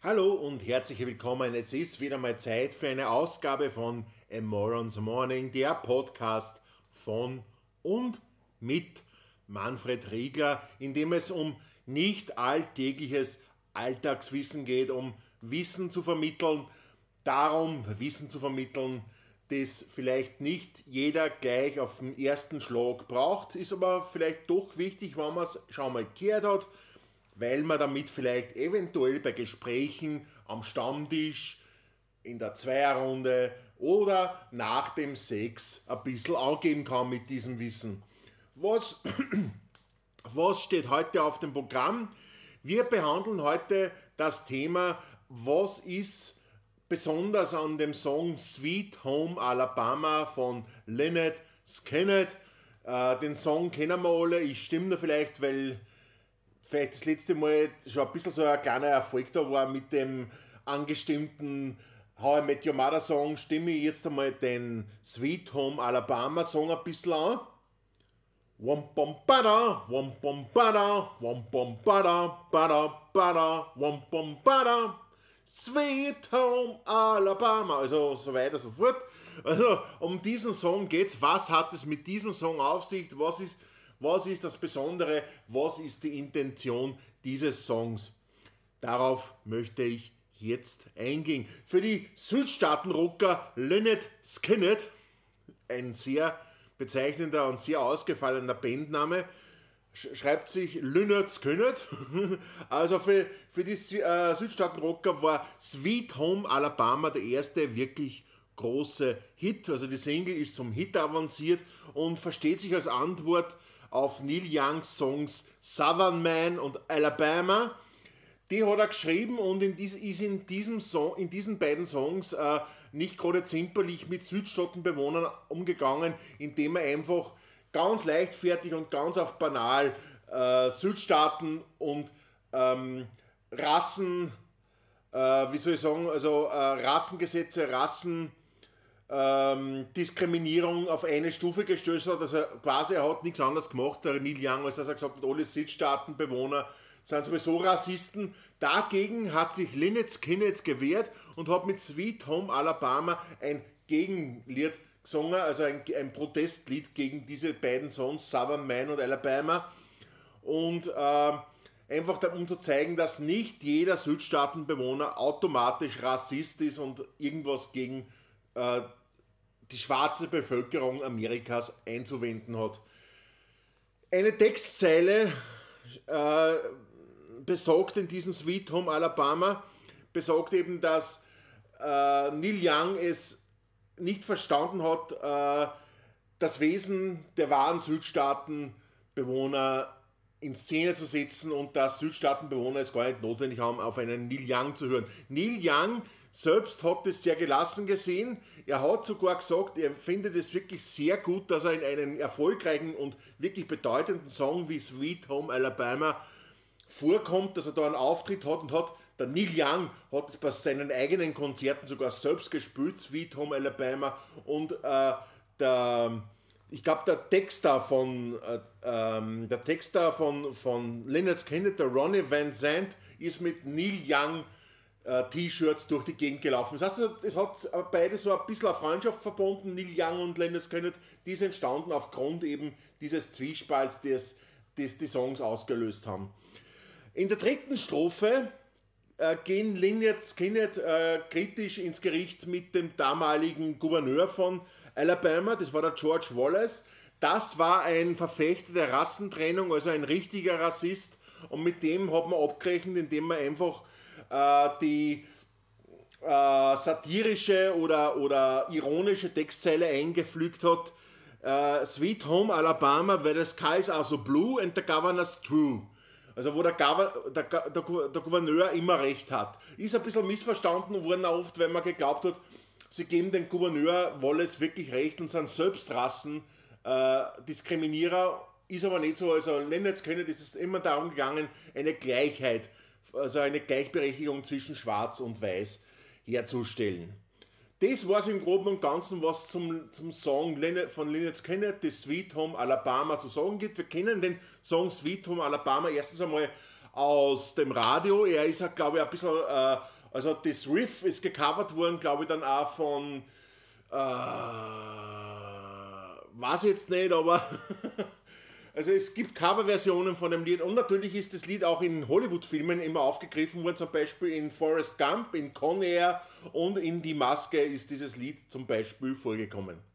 Hallo und herzlich willkommen. Es ist wieder mal Zeit für eine Ausgabe von A Moron's Morning, der Podcast von und mit Manfred Riegler, in dem es um nicht alltägliches Alltagswissen geht, um Wissen zu vermitteln, Wissen zu vermitteln, das vielleicht nicht jeder gleich auf den ersten Schlag braucht, ist aber vielleicht doch wichtig, wenn man es schon mal gehört hat, weil man damit vielleicht eventuell bei Gesprächen am Stammtisch, in der Zweierrunde oder nach dem Sex ein bisschen angeben kann mit diesem Wissen. Was steht heute auf dem Programm? Wir behandeln heute das Thema, was ist besonders an dem Song Sweet Home Alabama von Lynyrd Skynyrd. Den Song kennen wir alle, ich stimme da weil vielleicht das letzte Mal schon ein bisschen so ein kleiner Erfolg da war mit dem angestimmten How I Met Your Mother Song, stimme ich jetzt einmal den Sweet Home Alabama Song ein bisschen an. Wam bam bada, wam bam bada, wam bam bada, bada bada, wam bam bada, Sweet Home Alabama, also so weiter so fort. Also um diesen Song geht's. Was hat es mit diesem Song auf sich? Was ist das Besondere? Was ist die Intention dieses Songs? Darauf möchte ich jetzt eingehen. Für die Südstaaten-Rocker Lynyrd Skynyrd, ein sehr bezeichnender und sehr ausgefallener Bandname, schreibt sich Lynyrd Skynyrd. Also für die Südstaaten-Rocker war Sweet Home Alabama der erste wirklich große Hit. Also die Single ist zum Hit avanciert und versteht sich als Antwort auf Neil Youngs Songs Southern Man und Alabama. Die hat er geschrieben und ist in diesen beiden Songs nicht gerade zimperlich mit Südstaatenbewohnern umgegangen, indem er einfach ganz leichtfertig und ganz auf banal Südstaaten und Rassen, Rassengesetze, Diskriminierung auf eine Stufe gestellt hat. Also quasi er hat nichts anderes gemacht, der Neil Young, als dass er gesagt hat, alle Südstaatenbewohner sind sowieso Rassisten. Dagegen hat sich Lynyrd Skynyrd gewehrt und hat mit Sweet Home Alabama ein Gegenlied gesungen, also ein Protestlied gegen diese beiden Songs, Southern Man und Alabama. Und einfach um zu zeigen, dass nicht jeder Südstaatenbewohner automatisch Rassist ist und irgendwas gegen die schwarze Bevölkerung Amerikas einzuwenden hat. Eine Textzeile besagt in diesem Sweet Home Alabama, besagt eben, dass Neil Young es nicht verstanden hat, das Wesen der wahren Südstaatenbewohner in Szene zu setzen und dass Südstaatenbewohner es gar nicht notwendig haben, auf einen Neil Young zu hören. Neil Young selbst hat es sehr gelassen gesehen. Er hat sogar gesagt, er findet es wirklich sehr gut, dass er in einem erfolgreichen und wirklich bedeutenden Song wie Sweet Home Alabama vorkommt, dass er da einen Auftritt hat und der Neil Young hat es bei seinen eigenen Konzerten sogar selbst gespielt, Sweet Home Alabama, und ich glaube, der Texter von Lynyrd Skynyrd, der Ronnie Van Zant, ist mit Neil Young T-Shirts durch die Gegend gelaufen. Das heißt, es hat beide so ein bisschen eine Freundschaft verbunden, Neil Young und Lynyrd Skynyrd, die ist entstanden aufgrund eben dieses Zwiespalts, das die Songs ausgelöst haben. In der dritten Strophe gehen Lynyrd Skynyrd kritisch ins Gericht mit dem damaligen Gouverneur von Alabama, das war der George Wallace. Das war ein Verfechter der Rassentrennung, also ein richtiger Rassist, und mit dem hat man abgerechnet, indem man einfach die satirische oder ironische Textzeile eingepflügt hat. Sweet Home Alabama, where the skies are so blue and the governor's true. Also wo der Gouverneur immer recht hat. Ist ein bisschen missverstanden worden oft, weil man geglaubt hat, sie geben dem Gouverneur Wallace wirklich recht und sind selbst Rassendiskriminierung. Ist aber nicht so. Also Lynyrd Skynyrd ist es immer darum gegangen, eine Gleichheit, also eine Gleichberechtigung zwischen Schwarz und Weiß herzustellen. Das war es im Groben und Ganzen, was zum Song von Lynyrd Skynyrd, das Sweet Home Alabama, zu sagen gibt. Wir kennen den Song Sweet Home Alabama erstens einmal aus dem Radio. Er ist, glaube ich, ein bisschen, also das Riff ist gecovert worden, glaube ich, dann auch von, weiß ich jetzt nicht, aber also es gibt Coverversionen von dem Lied und natürlich ist das Lied auch in Hollywood-Filmen immer aufgegriffen worden, zum Beispiel in Forrest Gump, in Con Air und in Die Maske ist dieses Lied zum Beispiel vorgekommen.